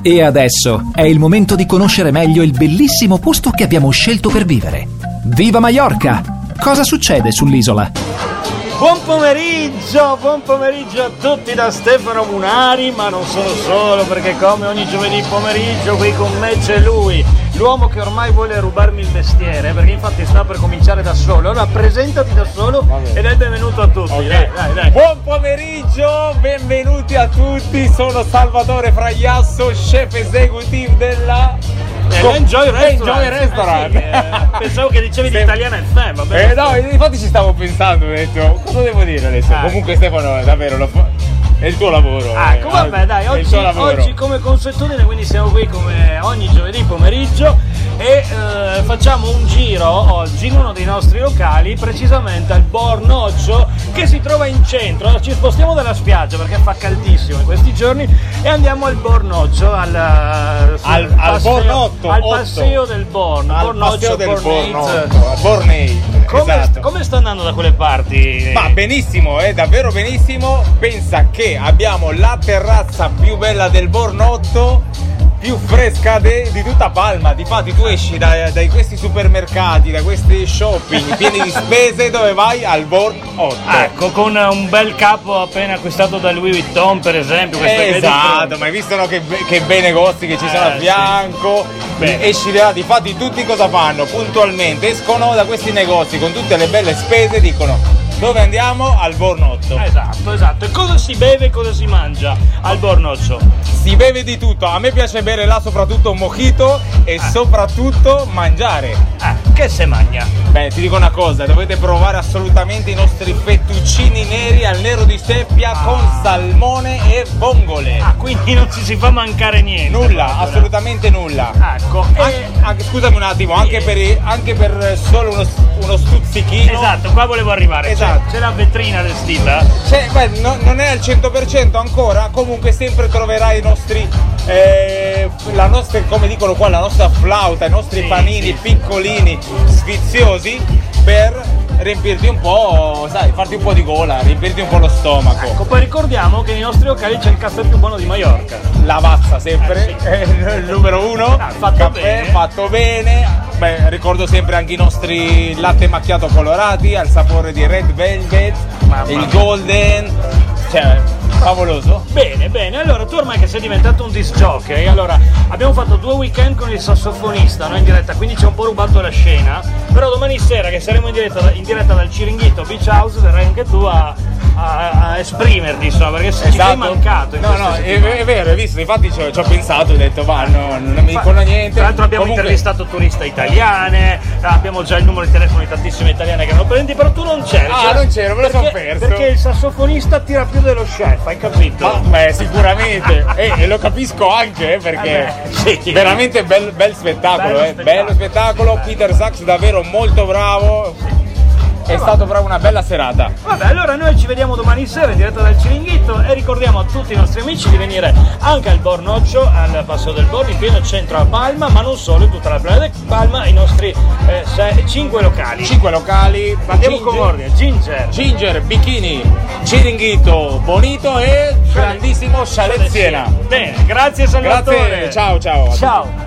E adesso è il momento di conoscere meglio il bellissimo posto che abbiamo scelto per vivere. Viva Maiorca! Cosa succede sull'isola? Buon pomeriggio a tutti da Stefano Munari, ma non sono solo, perché come ogni giovedì pomeriggio qui con me c'è lui, l'uomo che ormai vuole rubarmi il mestiere, perché infatti sta per cominciare da solo. Allora presentati da solo e dai benvenuto a tutti. Okay. Dai. Buon pomeriggio, benvenuti a tutti, sono Salvatore Fragliasso, chef executive della Enjoy Restaurant. Sì, pensavo che dicevi di Italiana FM, vabbè. No, infatti ci stavo pensando, ho detto, cosa devo dire adesso? Comunque Stefano, davvero, è il tuo lavoro. Vabbè, dai, oggi come consuetudine, quindi siamo qui come ogni giovedì pomeriggio e facciamo un giro oggi in uno dei nostri locali, precisamente al Bornoccio, che si trova in centro. Allora, ci spostiamo dalla spiaggia perché fa caldissimo in questi giorni e andiamo al Bornoccio, al Passeo del Borno, Bornei. Come sta andando da quelle parti? Ma benissimo, davvero benissimo. Pensa che abbiamo la terrazza più bella del Bornotto, più fresca di tutta Palma. Difatti tu esci da questi supermercati, da questi shopping pieni di spese, dove vai? Al Bornotto. Ecco, con un bel capo appena acquistato da Louis Vuitton, per esempio. Esatto, ma hai visto che bei negozi che ci sono a fianco? Sì. Esci da là, difatti tutti cosa fanno? Puntualmente escono da questi negozi con tutte le belle spese, dicono: dove andiamo? Al Bornotto. Esatto. E cosa si beve e cosa si mangia al Bornoccio? Si beve di tutto. A me piace bere là soprattutto un mojito e soprattutto mangiare. Che se magna? Beh, ti dico una cosa, dovete provare assolutamente i nostri fettuccini neri al nero di seppia con salmone e vongole. Quindi non ci si fa mancare niente. Nulla, assolutamente nulla. Ecco. Scusami un attimo, anche per solo uno stuzzichino. Esatto, qua volevo arrivare. Esatto. C'è la vetrina vestita? Non è al 100% ancora, comunque sempre troverai i nostri la nostra, come dicono qua, la nostra flauta, i nostri panini piccolini, sfiziosi, per riempirti un po', sai, farti un po' di gola, riempirti un po' lo stomaco. Ecco, poi ricordiamo che nei nostri locali c'è il caffè più buono di Maiorca. Lavazza sempre, il numero uno, fatto bene. Beh, ricordo sempre anche i nostri latte macchiato colorati al sapore di Red Velvet, il Golden, cioè favoloso. Bene, allora tu ormai che sei diventato un disc jockey, allora abbiamo fatto 2 weekend con il sassofonista, no, in diretta, quindi ci ha un po' rubato la scena, però domani sera che saremo in diretta dal Ciringhito Beach House verrai anche tu a esprimerti, insomma, perché ci sei mancato. È vero, hai visto, infatti ci ho pensato, ho detto non mi dicono niente. Tra l'altro abbiamo intervistato turiste italiane, abbiamo già il numero di telefono di tantissime italiane che hanno presenti, però tu non c'eri. Non c'ero, me lo sono perso. Perché il sassofonista tira più dello chef, hai capito? Sicuramente, e lo capisco anche, perché veramente bel spettacolo, bello spettacolo. Peter Sachs davvero molto bravo. È stato proprio una bella serata. Vabbè, allora noi ci vediamo domani sera in diretta dal Ciringhito e ricordiamo a tutti i nostri amici di venire anche al Bornoccio, al Passo del Borno, in pieno centro a Palma, ma non solo, in tutta la playa di Palma, i nostri 5 locali. 5 locali. Andiamo con ordine: Ginger, Bikini, Ciringhito, Bonito e grandissimo Chalet Siena. Bene, grazie Salvatore. Grazie, ciao. Ciao.